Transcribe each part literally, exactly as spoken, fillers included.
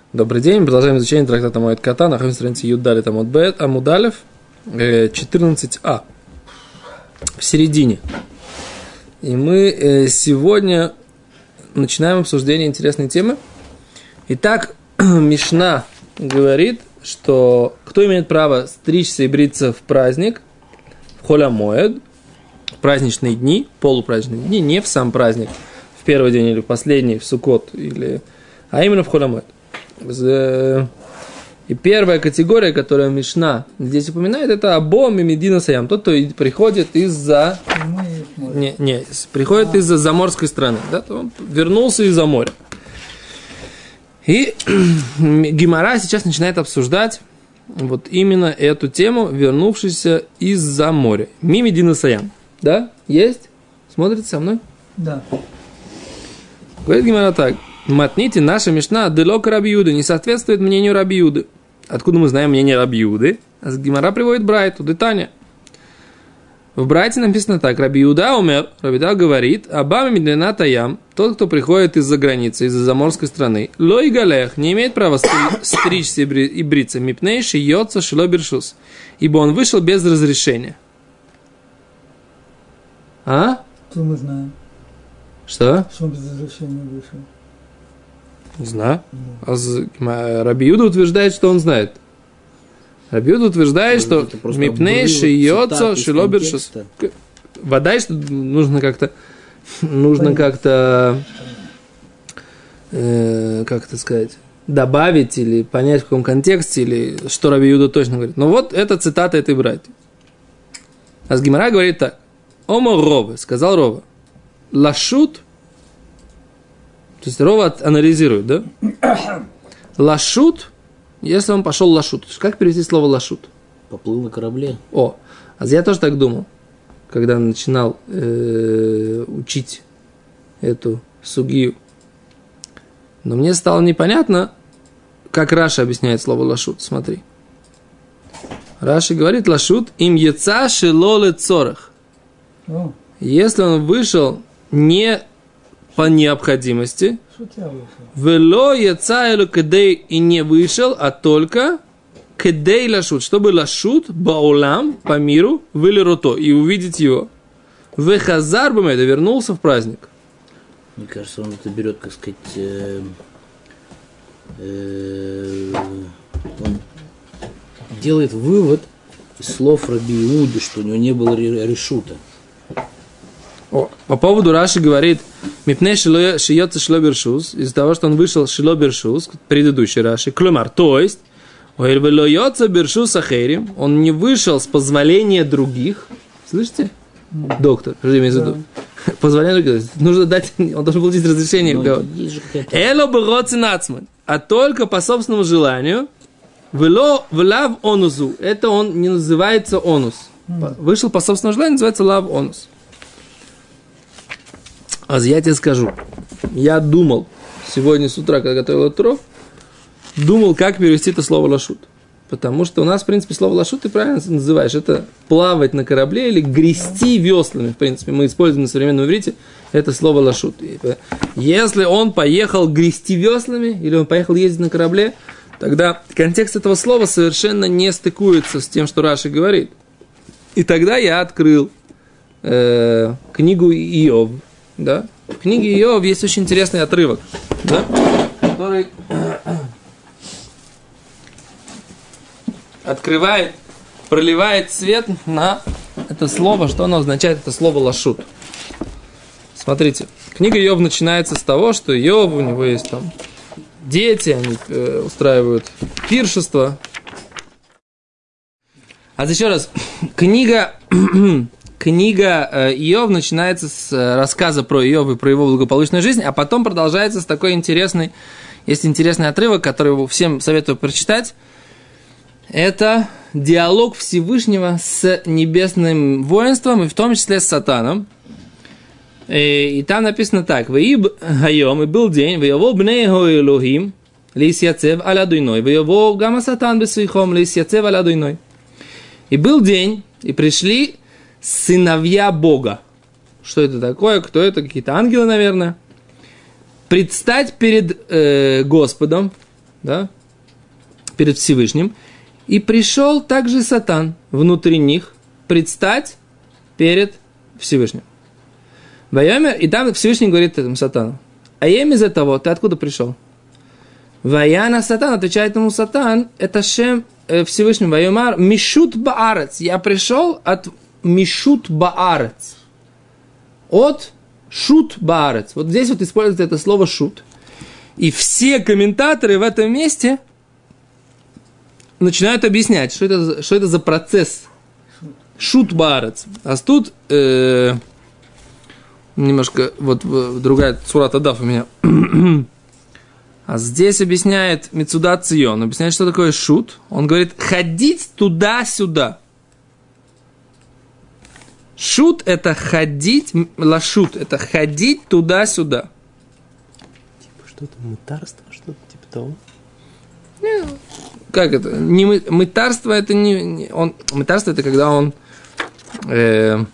Добрый день, продолжаем изучение трактата Моэд Катан, находимся на странице Юдалит Амудалев, четырнадцать а, в середине. И мы сегодня начинаем обсуждение интересной темы. Итак, Мишна говорит, что кто имеет право стричься и бриться в праздник, в Холь ха-Моэд, в праздничные дни, полупраздничные дни, не в сам праздник, в первый день или в последний, в Суккот, или, а именно в Холь ха-Моэд. И первая категория, которую Мишна здесь упоминает, это Або Мимедина Саям. Тот, кто приходит из-за... Не, не, приходит а. из-за заморской страны. Да? Он вернулся из-за моря. И Гемара сейчас начинает обсуждать вот именно эту тему, вернувшийся из-за моря. Мимедина Саям. Да? Есть? Смотрите со мной? Да. Говорит Гемара так. Матните, наша Мишна делок Раби Юды не соответствует мнению Раби Юды. Откуда мы знаем мнение Раби Юды? А Гемара приводит Брайту, Детаня. В Брайте написано так: Раби Юда умер, Раби Юда говорит, Абама Медлена Таям, тот, кто приходит из-за границы, из-за заморской страны, Лой Галех, не имеет права стричься и бриться, Мипней Шиёца Шило Бершус, ибо он вышел без разрешения. А? Что мы знаем? Что? Что он без разрешения вышел? Не знаю. А Раби Юда утверждает, что он знает. Раби Юда утверждает, что Мипней Шиёца Шило Бершус. Вода, что нужно как-то нужно как-то э, как это сказать, добавить или понять, в каком контексте, или что Раби Юда точно говорит. Но вот это цитата этой братьи. А с Гемара говорит так: Омо Рове, сказал Рова, Лашут. То есть Рова анализирует, да? Лашут, если он пошел лашут. Как перевести слово лашут? Поплыл на корабле. О, а я тоже так думал, когда начинал э, учить эту сугию. Но мне стало непонятно, как Раши объясняет слово лашут. Смотри. Раши говорит: лашут им яца шело лецорах. Если он вышел не по необходимости, вело яца элу кедей, и не вышел, а только кедей лашут, чтобы лашут баулам, по миру, вылерото, и увидеть его. Вехазар бамэда, вернулся в праздник. Мне кажется, он это берет, как сказать, э, э, он делает вывод из слов Раби Иуды, что у него не было решута. О, по поводу Раши говорит, Мипней Шиёца Шило Бершус, из-за того, что он вышел Шило Бершус, предыдущий Раши, Клумар, то есть, он не вышел с позволения других. Слышите? Mm. Доктор, что имеется в виду? Позволение других. Нужно дать, он должен получить разрешение. Эло броци нацман, а только по собственному желанию. Вело влав онусу. Это он не называется онус. Mm. Вышел по собственному желанию, называется лав онус. А я тебе скажу, я думал сегодня с утра, когда готовил Тору, думал, как перевести это слово лашут. Потому что у нас, в принципе, слово лашут ты правильно называешь. Это плавать на корабле или грести веслами. В принципе, мы используем на современном иврите это слово лашут. Если он поехал грести веслами или он поехал ездить на корабле, тогда контекст этого слова совершенно не стыкуется с тем, что Раши говорит. И тогда я открыл э, книгу Иов. Да? В книге Иов есть очень интересный отрывок, да? Который открывает, проливает свет на это слово, что оно означает, это слово лашут. Смотрите, книга Иов начинается с того, что Иов, у него есть там дети, они э, устраивают пиршество. А еще раз, книга... Книга Иов начинается с рассказа про Иова и про его благополучную жизнь, а потом продолжается с такой интересной, есть интересный отрывок, который всем советую прочитать. Это диалог Всевышнего с небесным воинством, и в том числе с Сатаном. И, и там написано так: «Ваиб хайом, и был день, ваево бней го Элохим, лисьяцев аля дуйной, ваево гама Сатан бесвихом, лисьяцев аля дуйной». И был день, и пришли сыновья Бога. Что это такое? Кто это? Какие-то ангелы, наверное. Предстать перед э, Господом, да, перед Всевышним, и пришел также Сатан внутри них предстать перед Всевышним. Вайомер, и там Всевышний говорит этому Сатану: а ем из-за того, ты откуда пришел? Ваяна Сатан, отвечает ему Сатан, это Шем э, Всевышний, Вайомар, Мишут Баарец, я пришел от Мишут Баарец, от Шут Баарец. Вот здесь вот используется это слово Шут. И все комментаторы в этом месте начинают объяснять, что это, что это за процесс Шут Баарец. А тут э, немножко, вот другая цурата дав у меня. А здесь объясняет Мицуда Цион, объясняет, что такое шут. Он говорит, ходить туда-сюда. Шут – это ходить, лашут – это ходить туда-сюда. Типа что-то мытарство, что-то типа того? Не, как это? Не мы, мытарство – это не, не он. Мытарство – это когда он э,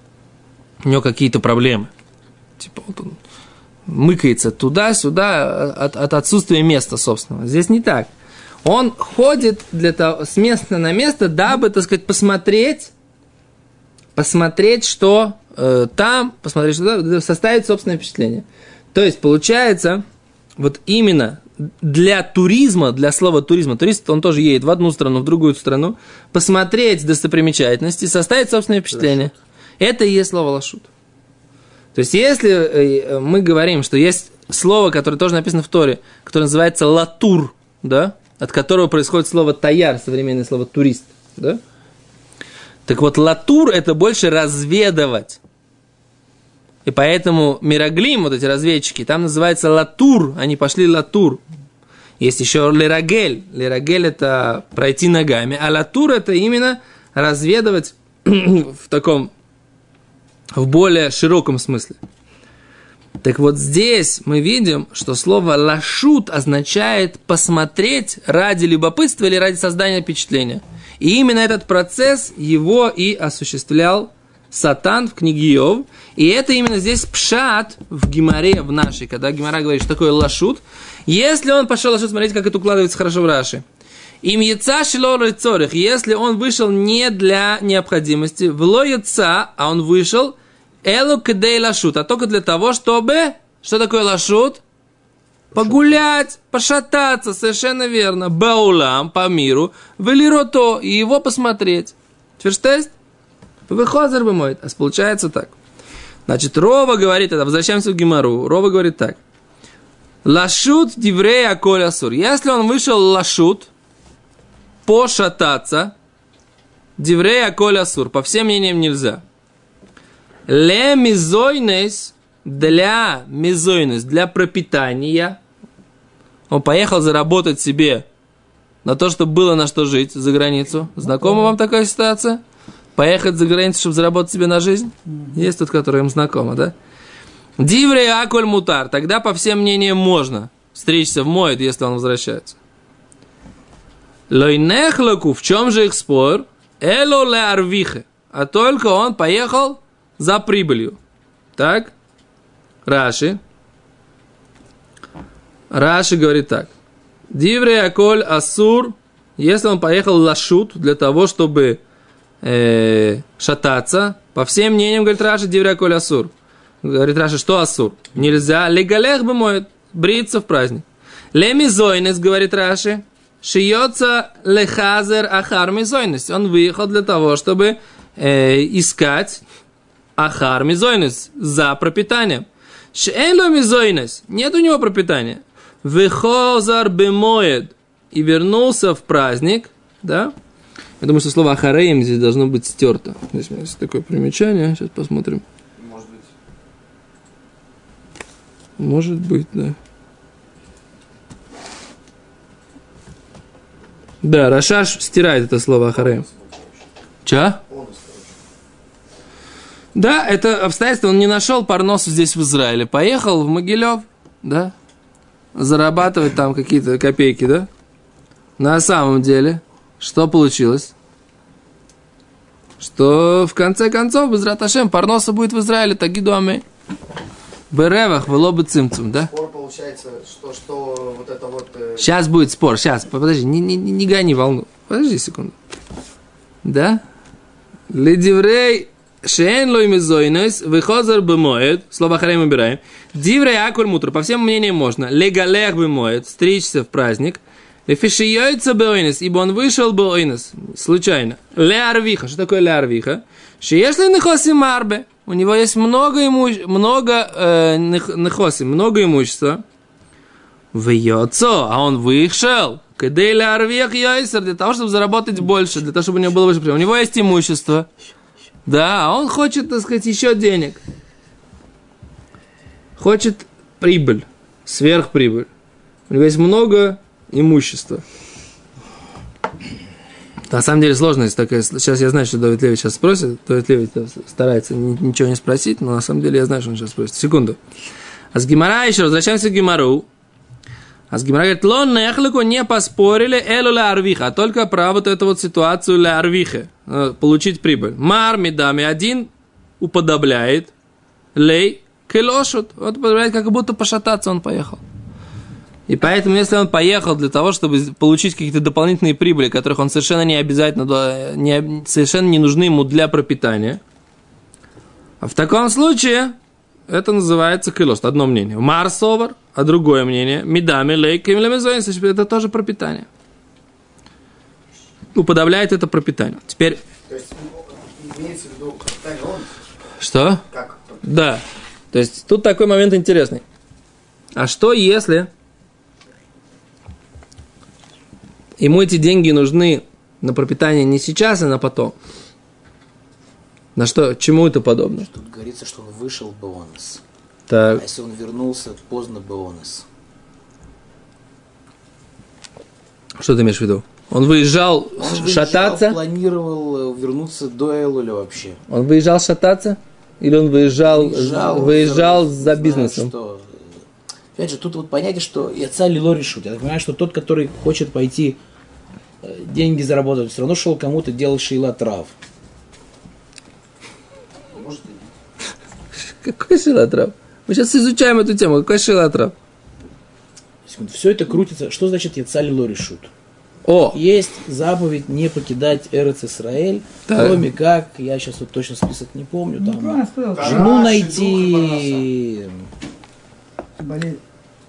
у него какие-то проблемы. Типа вот он мыкается туда-сюда от, от отсутствия места собственного. Здесь не так. Он ходит для того, с места на место, дабы, так сказать, посмотреть, посмотреть, что э, там, посмотреть, что там, составить собственное впечатление. То есть, получается, вот именно для туризма, для слова туризма, турист, он тоже едет в одну страну, в другую страну, посмотреть достопримечательности, составить собственное впечатление. Это и есть слово лашут. То есть, если мы говорим, что есть слово, которое тоже написано в Торе, которое называется латур, да, от которого происходит слово таяр, современное слово турист, да, так вот, латур – это больше разведывать. И поэтому мираглим, вот эти разведчики, там называется латур, они пошли латур. Есть еще лерагель. Лерагель – это пройти ногами, а латур – это именно разведывать в таком, в более широком смысле. Так вот здесь мы видим, что слово лашут означает посмотреть ради любопытства или ради создания впечатления. И именно этот процесс его и осуществлял Сатан в книге Иов. И это именно здесь пшат в Гемаре, в нашей, когда Гемара говорит, что такое лашут. Если он пошел лашут, смотрите, как это укладывается хорошо в Раши. Им яца шило рыцорих, если он вышел не для необходимости, вло яца, а он вышел элу кедей лашут, а только для того, чтобы, что такое лашут? Погулять, пошататься, совершенно верно, баулам, по миру, велирото, и его посмотреть. Ферштест? Выхозер бы мой. А получается так. Значит, Рова говорит, это возвращаемся в Гемару, Рова говорит так. Лашут диврея коль асур. Если он вышел лашут, пошататься, диврея коль асур, по всем мнениям нельзя. Ле мизойнес, для мизойнес, для пропитания. Он поехал заработать себе на то, чтобы было на что жить за границу. Знакома вам такая ситуация? Поехать за границу, чтобы заработать себе на жизнь? Mm-hmm. Есть тут, которая им знакома, да? Диврей аколь мутар. Тогда, по всем мнениям, можно стричься в моет, если он возвращается. Лойнехлаку, в чем же их спор? Эло ле арвихе. А только он поехал за прибылью. Так? Раши. Раши говорит так. Диврей аколь асур. Если он поехал лашут для того, чтобы э, шататься, по всем мнениям, говорит Раши, диврей аколь асур. Говорит Раши, что асур? Нельзя. Легалех бы моет. Бриться в праздник. Лемизойнес, говорит Раши, шьется лехазер ахар мизойнес. Он выехал для того, чтобы э, искать ахар мизойнес за пропитанием. Шеэло мизойнес. Нет у него пропитания. Вехозар бемоед. И вернулся в праздник. Да? Я думаю, что слово ахареем здесь должно быть стерто. Здесь у меня есть такое примечание. Сейчас посмотрим. Может быть. Может быть, да. Да, Рашаш стирает это слово ахареем. Ча? Да, это обстоятельство, он не нашел парносу здесь в Израиле. Поехал в Могилев, да, зарабатывать там какие-то копейки, да. На самом деле, что получилось? Что в конце концов, Безрат Ашем, парноса будет в Израиле, тагиду амей. Беревах, вело бы цимцум, да? Спор получается, что, что вот это вот... Э... Сейчас будет спор, сейчас, подожди, не, не, не гони волну. Подожди секунду. Да? Ледиврей шен лой мезойнес выхозер бемоет, слово харем убираем. Диврей акуль мутр, по всем мнениям можно. Легалех бемоет, стричься в праздник. Лефишиёйца беойнес, ибо он вышел беойнес, случайно. Леарвиха, что такое леарвиха? Шиешли нехоси марбе, у него есть много имущества, много э, нехоси, много имущества. Вьёцо, а он вышел. Кэдэй леарвих йойсер, для того, чтобы заработать больше, для того, чтобы у него было больше прибыли. У него есть имущество. Да, а он хочет, так сказать, еще денег. Хочет прибыль, сверхприбыль. У него есть много имущества. На самом деле сложность такая. Сейчас я знаю, что Давид Левич сейчас спросит. Давид Левич старается ничего не спросить, но на самом деле я знаю, что он сейчас спросит. Секунду. А с Гемара еще возвращаемся к Гемару. А с Гемара говорит, лон нехлику не поспорили элу ля арвиха, а только про вот эту вот ситуацию ля арвиха, получить прибыль. Мар медами один уподобляет лей келошут. Вот уподобляет, как будто пошататься он поехал. И поэтому, если он поехал для того, чтобы получить какие-то дополнительные прибыли, которых он совершенно не обязательно, не, совершенно не нужны ему для пропитания, а в таком случае это называется килост. Одно мнение. Марсовар, а другое мнение. Медами, лейками, лемезоинс. Это тоже пропитание. Уподобляет это пропитанию. Теперь... То есть имеется в виду пропитание он? Что? Как? Да. То есть тут такой момент интересный. А что если... ему эти деньги нужны на пропитание не сейчас, а на потом? На что? Чему это подобно? Тут говорится, что он вышел бонус. Так. А если он вернулся, поздно бонус. Что ты имеешь в виду? Он выезжал Он шататься? выезжал, планировал вернуться до Элуля вообще. Он выезжал шататься? Или он выезжал, Выезжал, выезжал за знает, бизнесом? Что... Опять же, тут вот понятие, что яца лило решут. Я так понимаю, что тот, который хочет пойти деньги заработать, все равно шел кому-то делать шейла трав. Какой шилатрав? Мы сейчас изучаем эту тему. Какой шилатрав? Все это крутится. Что значит яца лило решут? О! Есть заповедь не покидать Эрец Исраэль, Так. кроме как, я сейчас вот точно список не помню, Ну, там правильно сказал. жену Тараш, найти. Болеть.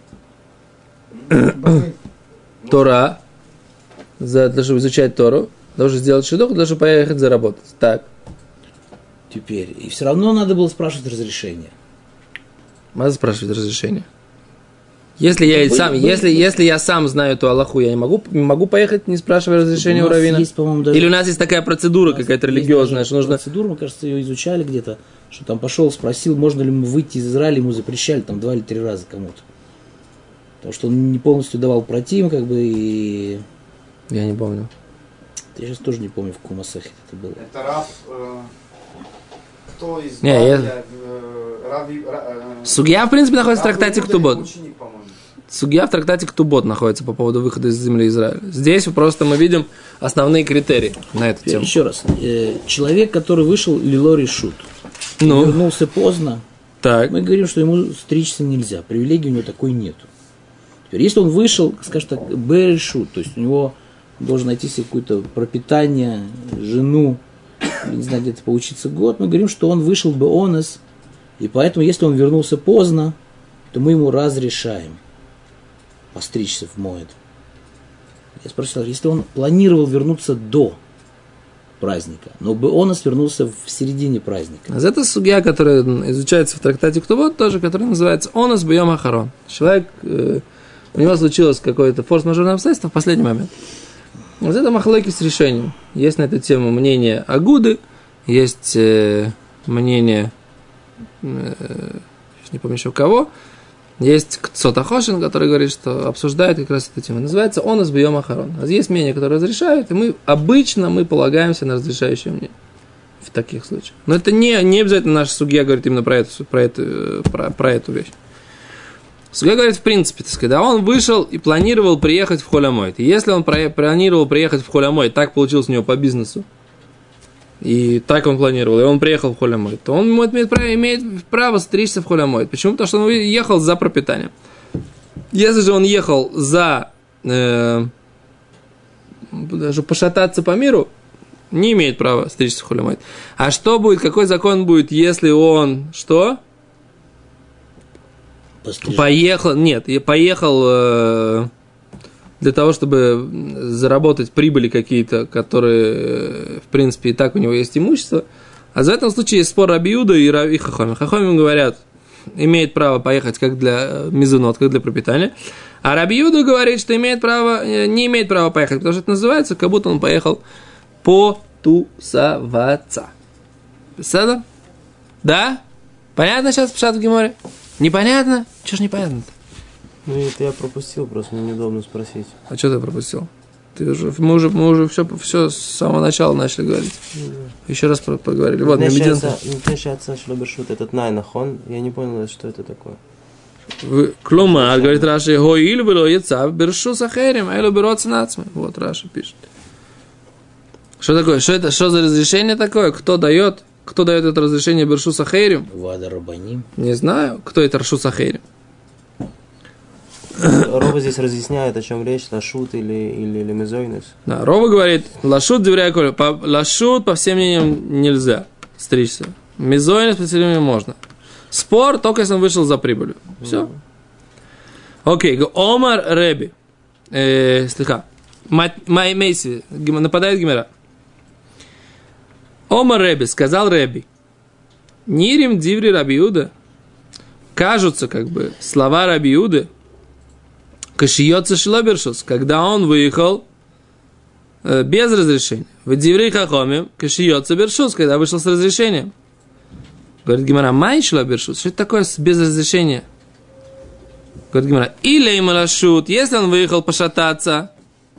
Болеть. Тора. За, для чтобы изучать Тору. Должен сделать шидух, для чтобы поехать заработать. Так. Теперь. И все равно надо было спрашивать разрешение. Надо спрашивать разрешение. Если я, и Были- сам, были- если, если я сам знаю эту Аллаху, я не могу, не могу поехать, не спрашивая разрешения У у нас раввина? есть, по-моему, даже- Или у нас есть такая процедура какая-то Есть религиозная, даже что нужно... процедура, мы, кажется, ее изучали где-то, что там пошел, спросил, можно ли ему выйти из Израиля, ему запрещали там два или три раза кому-то. Потому что он не полностью давал против, как бы, и... Я не помню. Я сейчас тоже не помню, в каком Асахе это было. Это Рав... Э, кто из... Не, Бавия, я- э, Рави... Ра- э, Судья, в принципе, находится в Рав трактате Иуда, Ктубот. ученик, по-моему. Судья в трактате Ктубот находится по поводу выхода из земли Израиля. Здесь просто мы видим основные критерии на эту тему. Еще раз. Э, Человек, который вышел Лилори Шут, Ну, вернулся поздно, так. мы говорим, что ему стричься нельзя. Привилегии у него такой нету. Теперь, если он вышел, скажем так, Берешут, то есть у него должен найти себе какое-то пропитание, жену, или, не знаю, где-то поучиться год, мы говорим, что он вышел бы онес, и поэтому, если он вернулся поздно, то мы ему разрешаем постричься в моет. Я спросил, если он планировал вернуться до праздника, но бы онес вернулся в середине праздника. Это судья, которая изучается в трактате Ктубот, тоже, который называется «Онос бьем ахарон». Человек, э, у него случилось какое-то форс-мажорное обстоятельство в последний момент. Вот это махлоки с решением. Есть на эту тему мнение Агуды, есть э, мнение, э, не помню еще у кого, есть Кцота Хошин, который говорит, что обсуждает как раз эту тему. Называется «Онос бьем ахарон». А есть мнение, которое разрешает, и мы обычно мы полагаемся на разрешающее мнение в таких случаях. Но это не, не обязательно наш судья говорит именно про эту, про эту, про, про эту вещь. Судья говорит, в принципе, так сказать, да, он вышел и планировал приехать в Холямойт. И если он про, планировал приехать в Холямойт, так получилось у него по бизнесу, и так он планировал, и он приехал в Холямойт, то он имеет право, имеет право стричься в Холямойт. Почему? Потому что он ехал за пропитанием. Если же он ехал за э, даже пошататься по миру, не имеет права стричься хулямайт. А что будет, какой закон будет, если он что? Пострижен. Поехал, нет, я поехал э, для того, чтобы заработать прибыли какие-то, которые, э, в принципе, и так у него есть имущество. А за этом случае есть спор Раби Иуда и Раби Хахомим. Хахомим говорят, имеет право поехать как для мизунот, как для пропитания. А Раби Иуда говорит, что имеет право, не имеет права поехать, потому что это называется, как будто он поехал потусоваться. Писано? Да? Понятно сейчас пшат в Геморе? Непонятно? Чего ж непонятно-то? Ну, это я пропустил, просто мне неудобно спросить. А что ты пропустил? Ты уже, мы уже, мы уже все, все с самого начала начали говорить. Mm-hmm. Еще раз поговорили. Вот, Мемедин. Этот найнахон, я не понял, что это такое. Клумар, говорит Раши, гоиль было яца, бершу сахерим, айлу берется нацмы. Вот Раши пишет. Что такое? Что это? Что за разрешение такое? Кто дает? Кто дает это разрешение бершу сахерим? Вада Рабаним. Не знаю, кто это Рашу сахерим. Рова здесь разъясняет, о чем речь, лашут или, или, или мезойнес. Да, Рова говорит, лашут девря коля, лашут по всем мнениям нельзя стричься. Мезойнес по всем мнениям можно. Спор только если он вышел за прибылью. Все. Окей, okay. Омар Реби. Э, слегка. Мейси, нападает Гемера. Омар Реби, сказал Реби. Нирим диври Раби Иуда. Кажутся как бы слова Раби Иуды. Кашиёца шлобершус, когда он выехал э, без разрешения. В диври хахомим кашиёца бершус, когда вышел с разрешением. Говорит Гемара, май шлобершус. Что это такое без разрешения? Говорит Гемара, или им лашут, если он выехал пошататься.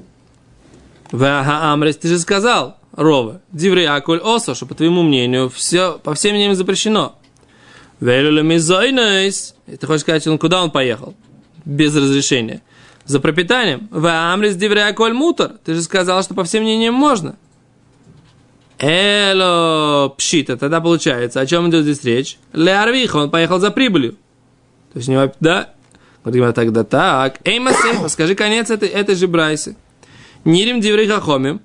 Ваха амрес, ты же сказал, Рова, диври акуль осо, что по твоему мнению все, по всем мнениям запрещено. Велюле мизойнес, ты хочешь сказать, он куда он поехал? Без разрешения. За пропитанием. Ва амрис диври акуль мутар, ты же сказал, что по всем мнениям можно. Эло пшита, тогда получается, о чем идет здесь речь? Ле арвиха, он поехал за прибылью. То есть у него, да? Говорит, тогда так. Эй, Масим, скажи конец этой, этой же брайсы. Нирим диври хахомим.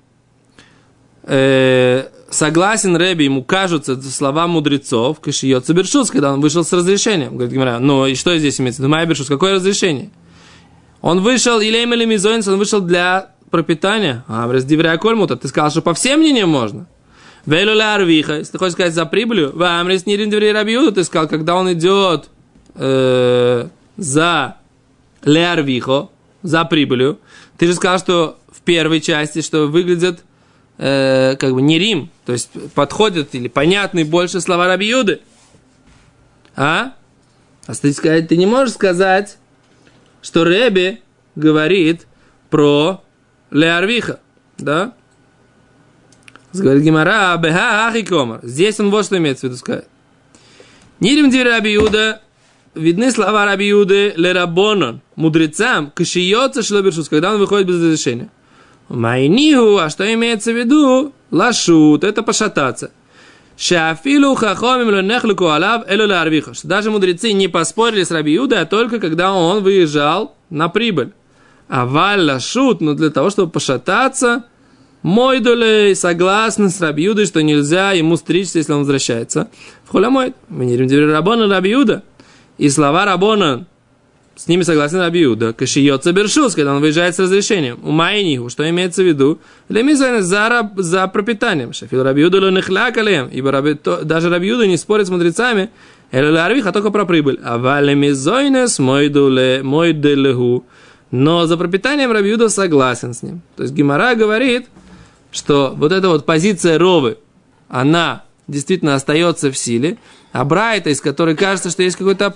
Э, согласен Реби, ему кажутся слова мудрецов, кашиёца бершус, когда он вышел с разрешением. Говорит, Гемара, ну и что здесь имеется? Думаю, бершус, какое разрешение? Он вышел, или имели мизоинс, он вышел для пропитания. А, брез диври аколь мутар, ты сказал, что по всем мнениям можно. Вейлу ля арвиха, если ты хочешь сказать за прибылью, ва амрис нирим диври Раби Иуда, ты сказал, когда он идет э, за ля арвихо, за прибылью, ты же сказал, что в первой части, что выглядит э, как бы не Рим, то есть подходят или понятны больше слова Раби Иуды. А? А ты, сказать, ты не можешь сказать, что Реби говорит про ля арвиха, да? Говорит Гемара, беха ахи комар. Здесь он вот что имеется в виду сказать. Нирим ди Раби Иуда, видны слова Раби Иуды ле рабонон, мудрецам, кашиёца шлобершус, когда он выходит без разрешения. Майниху, а что имеется в виду? Лашут, это пошататься. Шафилу хахомим ленехлику алав элю ле арвиха. Даже мудрецы не поспорили с Раби Иудой, а только когда он выезжал на прибыль. А валь лашут, но для того, чтобы пошататься, мой долей согласен с Раби Иудой, что нельзя ему стричься, если он возвращается в холямойд. Мы не говорим Рабона Раби Иуда. И слова Рабона, с ними согласен Раби Иуда. Кашиёца бершус, когда он выезжает с разрешением. У майниху, что имеется в виду? Лемизойна за, за пропитанием. Шафил Раби Иуда лонехляк алеем. Ибо Раби, то, даже Раби Иуда не спорит с мудрецами. Эле арвих, а только про прибыль. А валемизойнес мой делеху. Но за пропитанием Раби Иуда согласен с ним. То есть Гемара говорит, что вот эта вот позиция Ровы, она действительно остается в силе, а Брайта, из которой кажется, что есть какое-то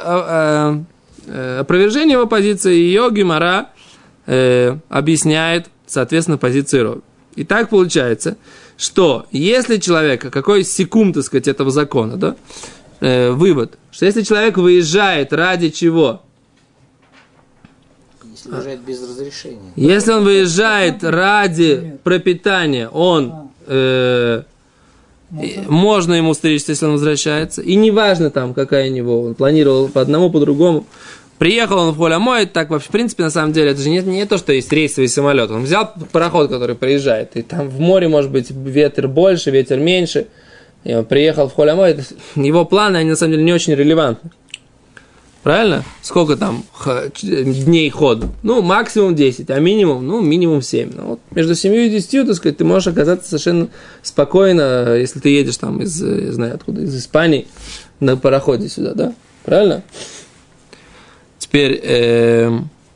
опровержение его позиции, ее Гемара э, объясняет, соответственно, позиции Ровы. И так получается, что если человек, какой секунд, так сказать, этого закона, да, э, вывод, что если человек выезжает ради чего? Если выезжает без разрешения. Если он выезжает ради пропитания, он э, можно ему стричься, если он возвращается. И неважно там, какая у него, он планировал по одному, по другому. Приехал он в Холямоид, так вообще, в принципе, на самом деле, это же не, не то, что есть рейсовый самолет. Он взял пароход, который приезжает, и там в море, может быть, ветер больше, ветер меньше. И он приехал в Холямоид. Его планы, они на самом деле не очень релевантны. Правильно? Сколько там х- дней хода? Ну, максимум десять, а минимум, ну, минимум семь. Ну, вот между семью и десятью, так сказать, ты можешь оказаться совершенно спокойно, если ты едешь там из, я знаю откуда, из Испании на пароходе сюда, да? Правильно? Теперь, э,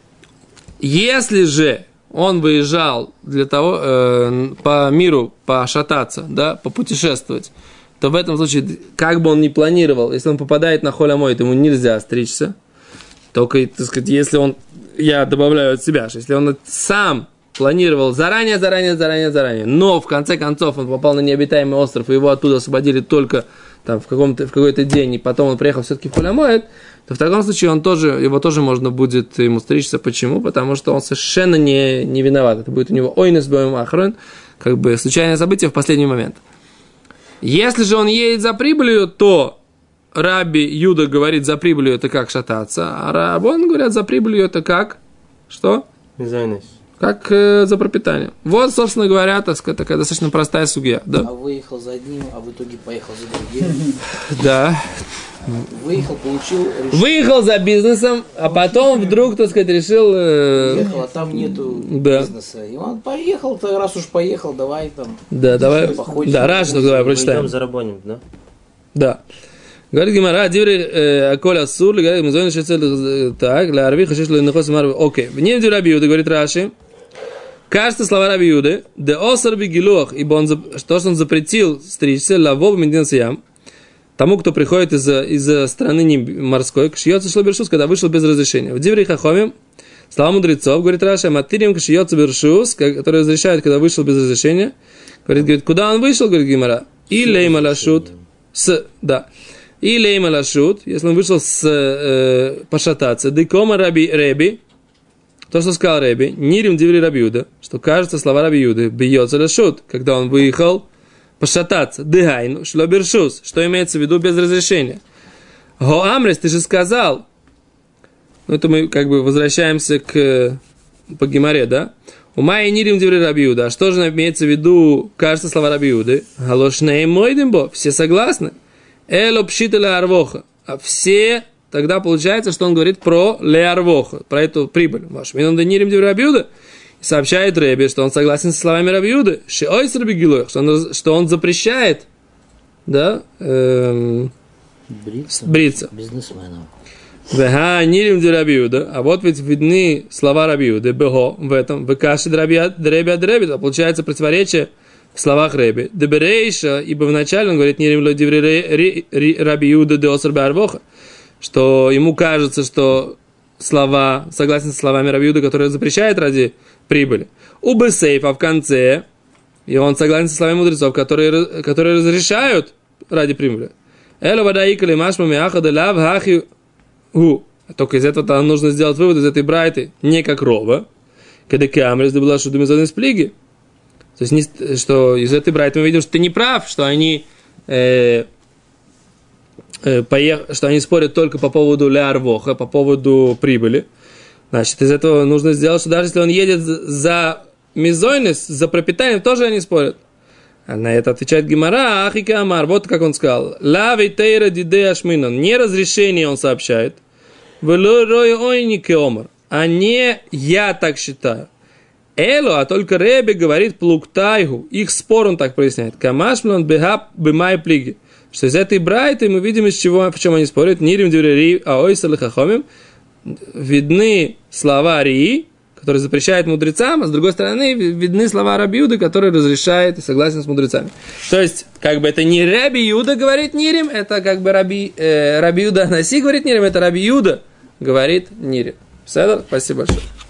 если же он выезжал для того, э, по миру пошататься, да, попутешествовать, то в этом случае, как бы он ни планировал, если он попадает на Холямоид, ему нельзя стричься. Только, так сказать, если он, я добавляю от себя, что если он сам планировал заранее, заранее, заранее, заранее, но в конце концов он попал на необитаемый остров, и его оттуда освободили только там, в, каком-то, в какой-то день, и потом он приехал все-таки в Холямоид, то в таком случае он тоже, его тоже можно будет ему стричься. Почему? Потому что он совершенно не, не виноват. Это будет у него ойнес боем ахрон, как бы случайное событие в последний момент. Если же он едет за прибылью, то Раби Юда говорит, за прибылью это как шататься, а Раббан говорят, за прибылью это как? Что? Мизайнес. Как э, за пропитание. Вот, собственно говоря, так сказать, такая достаточно простая сугья. Да. А выехал за одним, а в итоге поехал за другим. Да. Выехал, получил решение. Выехал за бизнесом, а потом вдруг, так сказать, решил... Э... Выехал, а там нету да. бизнеса. И он поехал, то раз уж поехал, давай там. Да, давай. Походим, да, Раш, давай прочитаем. Мы идем за рабоним, да? Да. Говорит Гемара, диври аколь асур, говорит, мы звоним шецель так, для арви хашиш ло нахос марви. Окей. В нем Раби Юда, говорит Раши, кажется, слова Раби Юды, де осар бигилуах, ибо он, то, что он запретил стричься, лавов мединсиям, тому, кто приходит из, из страны морской, кшиёца шло-бершус, когда вышел без разрешения. В диври хахомим, слова мудрецов, говорит Раша, матирим кшиёца бершус, который разрешает, когда вышел без разрешения. Говорит, говорит, куда он вышел, говорит Гемара? И лейма лашут, с, да. И лейма лашут, если он вышел с, э, пошататься, декома раби реби, то, что сказал Реби, нирим диври Раби Юда, что кажется, слова Раби Юды, бьется лашут, когда он выехал пошататься, дыгайну, шлобершус, что имеется в виду без разрешения. Го амрес, ты же сказал, ну это мы как бы возвращаемся к по Гемаре, да? Умай нирим диври Раби Юда, а что же имеется в виду, кажется, слова Раби Юды? Галошней мойдимбо, все согласны? Эло пшитала арвоха, а все, тогда получается, что он говорит про леарвоха, про эту прибыль. Ваш минон нирим диври Раби Юда. Сообщает Реби, что он согласен со словами Раби Юды, что он, что он запрещает, да, эм, бриться. бриться. Бизнесменов. Вега нирим ди Раби Юда, а вот ведь видны слова Раби Юды, бего в этом, векаши дреби ад дреби, получается противоречие в словах Реби. Деберейша, ибо вначале он говорит нирим ло диври Раби Юда де осар беарвоха, что ему кажется, что слова, согласен со словами Раби Юды, которые запрещает ради прибыли. У Бесейфа в конце, и он согласен со словами мудрецов, которые, которые разрешают ради прибыли. Эло вадаикали машмами ахада лав хахи гу. Только из этого там нужно сделать вывод из этой брайты, не как рова, когда камеры была шудами за сплиги. То есть, не, что из этой брайты мы видим, что ты не прав, что они э, э, поех, что они спорят только по поводу леарвоха, по поводу прибыли. Значит, из этого нужно сделать, что даже если он едет за мизойнес, за пропитанием, тоже они спорят. А на это отвечает Гемара, ахика амар, вот как он сказал. Ла вейтейра диде ашминон, не разрешение он сообщает. Вело рой ойники омар, а не я так считаю. Эло, а только Реби говорит плуктайгу, их спор он так проясняет. Камашмлон бехаб бемай плиги. Что из этой брайты мы видим, из чего, в чем они спорят. Нирим диврери аойсал хахомим. Видны слова Рии, которые запрещают мудрецам, а с другой стороны видны слова Раби Юды, которые разрешают и согласен с мудрецами. То есть, как бы это не Раби Юда говорит Нирим, это как бы Раби, э, Раби Юда Анаси говорит Нирим, это Раби Юда говорит Нирим. Седер? Спасибо большое.